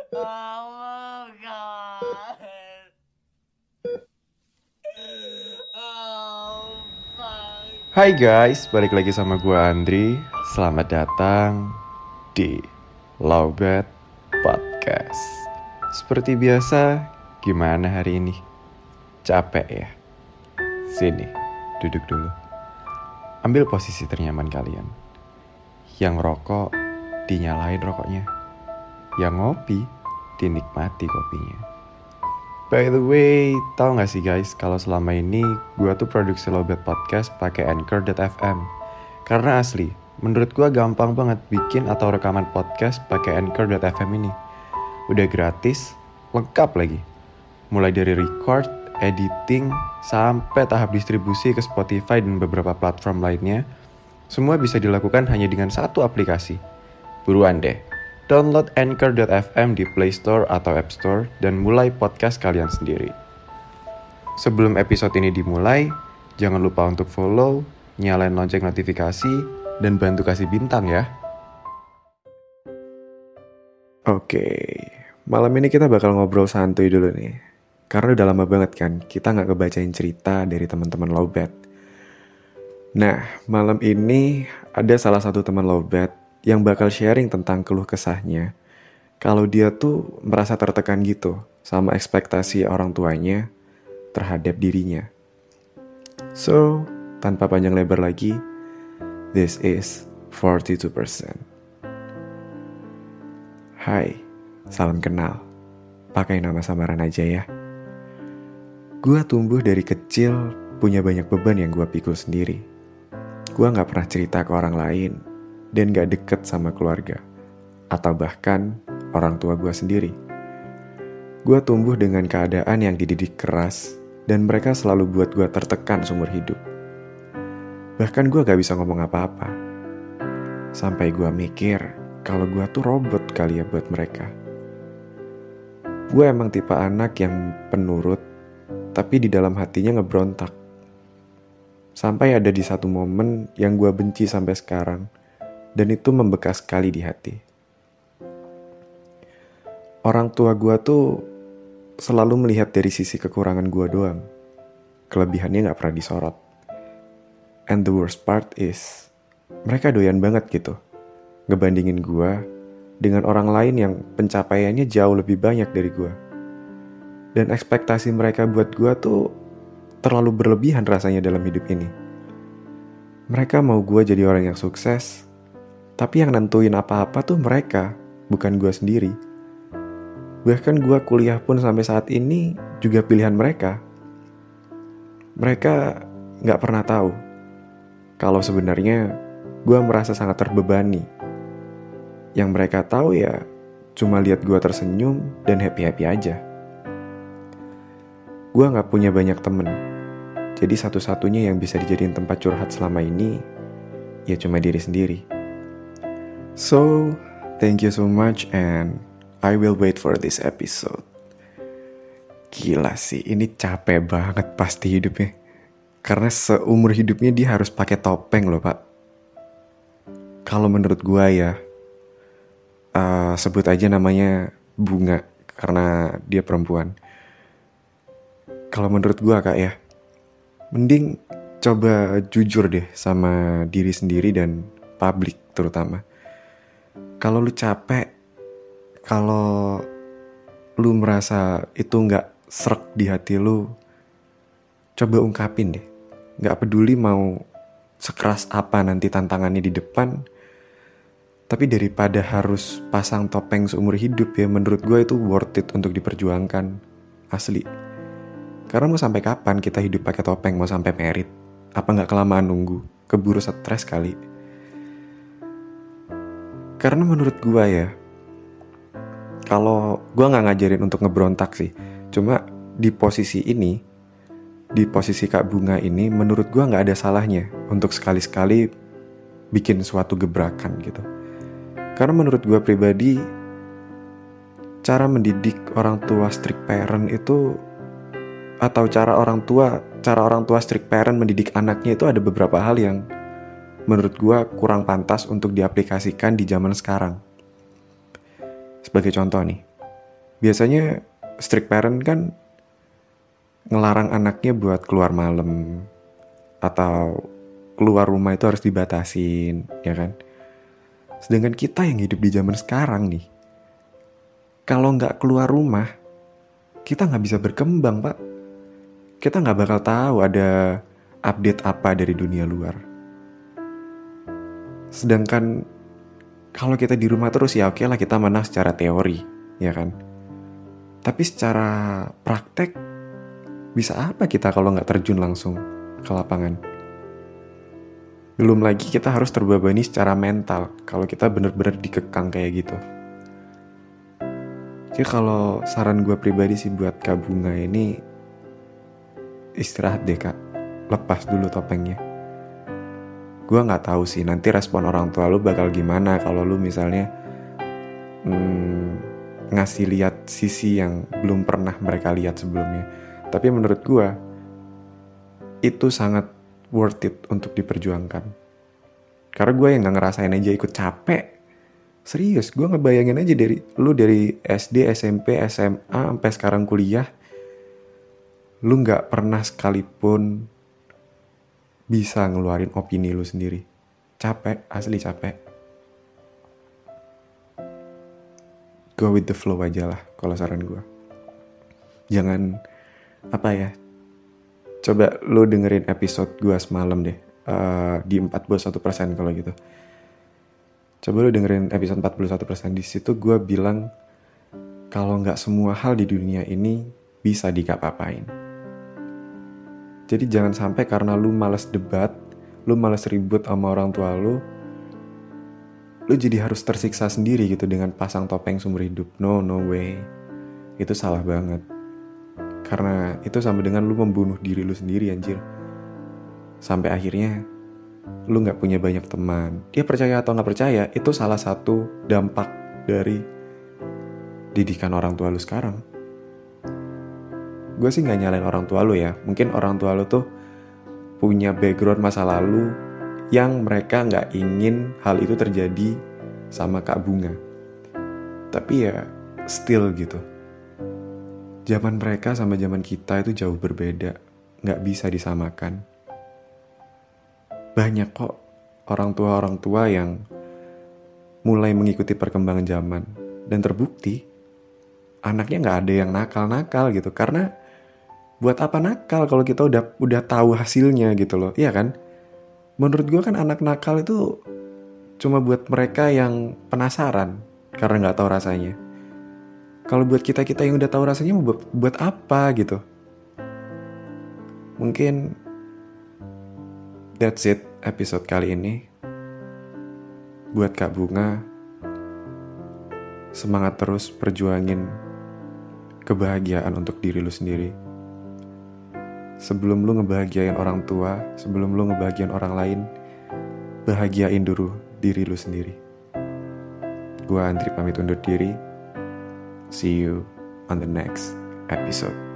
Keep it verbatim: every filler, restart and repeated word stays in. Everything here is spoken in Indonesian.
Oh God. Oh fuck. Hai guys, balik lagi sama gue Andri. Selamat datang di Lowbat Podcast. Seperti biasa, gimana hari ini? Capek ya? Sini, duduk dulu. Ambil posisi ternyaman kalian. Yang rokok, dinyalain rokoknya. Yang ngopi, dinikmati kopinya. By the way, tahu gak sih guys, kalau selama ini gue tuh produksi Lowbat Podcast pakai Anchor dot f m. Karena asli, menurut gue gampang banget bikin atau rekaman podcast pakai Anchor dot f m ini. Udah gratis, lengkap lagi. Mulai dari record, editing, sampai tahap distribusi ke Spotify dan beberapa platform lainnya, semua bisa dilakukan hanya dengan satu aplikasi. Buruan deh, download Anchor dot f m di Play Store atau App Store dan mulai podcast kalian sendiri. Sebelum episode ini dimulai, jangan lupa untuk follow, nyalain lonceng notifikasi, dan bantu kasih bintang ya. Oke, malam ini kita bakal ngobrol santuy dulu nih. Karena udah lama banget kan kita gak kebacain cerita dari teman-teman Lowbat. Nah, malam ini ada salah satu teman Lowbat yang bakal sharing tentang keluh kesahnya. Kalau dia tuh merasa tertekan gitu sama ekspektasi orang tuanya terhadap dirinya. So, tanpa panjang lebar lagi, this is forty-two percent. Hai, salam kenal. Pakai nama samaran aja ya. Gua tumbuh dari kecil punya banyak beban yang gua pikul sendiri. Gua gak pernah cerita ke orang lain dan gak deket sama keluarga, atau bahkan orang tua gue sendiri. Gue tumbuh dengan keadaan yang dididik keras, dan mereka selalu buat gue tertekan seumur hidup. Bahkan gue gak bisa ngomong apa-apa. Sampai gue mikir, kalau gue tuh robot kali ya buat mereka. Gue emang tipe anak yang penurut, tapi di dalam hatinya ngebrontak. Sampai ada di satu momen yang gue benci sampai sekarang, dan itu membekas sekali di hati. Orang tua gue tuh selalu melihat dari sisi kekurangan gue doang. Kelebihannya gak pernah disorot. And the worst part is, mereka doyan banget gitu ngebandingin gue dengan orang lain yang pencapaiannya jauh lebih banyak dari gue. Dan ekspektasi mereka buat gue tuh terlalu berlebihan rasanya dalam hidup ini. Mereka mau gue jadi orang yang sukses, tapi yang nentuin apa-apa tuh mereka, bukan gue sendiri. Bahkan gue kuliah pun sampai saat ini juga pilihan mereka. Mereka gak pernah tahu kalau sebenarnya gue merasa sangat terbebani. Yang mereka tahu ya cuma lihat gue tersenyum dan happy-happy aja. Gue gak punya banyak temen, jadi satu-satunya yang bisa dijadiin tempat curhat selama ini ya cuma diri sendiri. So, thank you so much and I will wait for this episode. Gila sih, ini capek banget pasti hidupnya. Karena seumur hidupnya dia harus pakai topeng loh pak. Kalau menurut gua ya, uh, sebut aja namanya Bunga karena dia perempuan. Kalau menurut gua kak ya, mending coba jujur deh sama diri sendiri dan publik terutama. Kalau lu capek, kalau lu merasa itu gak srek di hati lu, coba ungkapin deh. Gak peduli mau sekeras apa nanti tantangannya di depan, tapi daripada harus pasang topeng seumur hidup ya, menurut gue itu worth it untuk diperjuangkan. Asli. Karena mau sampai kapan kita hidup pakai topeng? Mau sampai merit? Apa gak kelamaan nunggu? Keburu stres kali. Karena menurut gue ya, kalau gue gak ngajarin untuk ngebrontak sih, cuma di posisi ini, di posisi Kak Bunga ini, menurut gue gak ada salahnya untuk sekali-sekali bikin suatu gebrakan gitu. Karena menurut gue pribadi, cara mendidik orang tua strict parent itu, atau cara orang tua, cara orang tua strict parent mendidik anaknya itu ada beberapa hal yang menurut gue kurang pantas untuk diaplikasikan di zaman sekarang. Sebagai contoh nih, Biasanya strict parent kan ngelarang anaknya buat keluar malam, atau keluar rumah itu harus dibatasin, ya kan? Sedangkan kita yang hidup di zaman sekarang nih, kalau nggak keluar rumah, kita nggak bisa berkembang, Pak. Kita nggak bakal tahu ada update apa dari dunia luar. Sedangkan kalau kita di rumah terus, ya oke lah kita menang secara teori, ya kan? Tapi secara praktek, bisa apa kita kalau nggak terjun langsung ke lapangan? Belum lagi kita harus terbebani secara mental kalau kita bener-bener dikekang kayak gitu. Jadi kalau saran gue pribadi sih buat Kak Bunga ini, istirahat deh Kak, lepas dulu topengnya. Gue nggak tahu sih nanti respon orang tua lu bakal gimana kalau lu misalnya hmm, ngasih lihat sisi yang belum pernah mereka lihat sebelumnya. Tapi menurut gue itu sangat worth it untuk diperjuangkan. Karena gue yang nggak ngerasain aja ikut capek. Serius, gue ngebayangin aja dari lu dari S D, S M P, S M A sampai sekarang kuliah, lu nggak pernah sekalipun bisa ngeluarin opini lu sendiri. Capek, asli capek. Go with the flow aja lah kalau saran gue. Jangan, apa ya, coba lu dengerin episode gue semalam deh, uh, di empat puluh satu persen kalau gitu. Coba lu dengerin episode empat puluh satu persen. Di situ gue bilang kalau gak semua hal di dunia ini bisa digap-apain. Jadi jangan sampai karena lu malas debat, lu malas ribut sama orang tua lu, lu jadi harus tersiksa sendiri gitu dengan pasang topeng seumur hidup. No, no way. Itu salah banget. Karena itu sama dengan lu membunuh diri lu sendiri, anjir. Sampai akhirnya lu gak punya banyak teman. Dia percaya atau gak percaya, itu salah satu dampak dari didikan orang tua lu sekarang. Gue sih gak nyalain orang tua lu ya. Mungkin orang tua lu tuh punya background masa lalu yang mereka gak ingin hal itu terjadi sama Kak Bunga. Tapi ya still gitu, zaman mereka sama zaman kita itu jauh berbeda. Gak bisa disamakan. Banyak kok orang tua-orang tua yang mulai mengikuti perkembangan zaman. Dan terbukti anaknya gak ada yang nakal-nakal gitu. Karena buat apa nakal kalau kita udah udah tahu hasilnya gitu loh, iya kan? Menurut gue kan anak nakal itu cuma buat mereka yang penasaran karena nggak tahu rasanya. Kalau buat kita kita yang udah tahu rasanya mau buat, buat apa gitu? Mungkin that's it episode kali ini. Buat Kak Bunga, semangat terus perjuangin kebahagiaan untuk diri lu sendiri. Sebelum lu ngebahagiain orang tua, sebelum lu ngebahagiain orang lain, bahagiain dulu diri lu sendiri. Gua Andri pamit undur diri. See you on the next episode.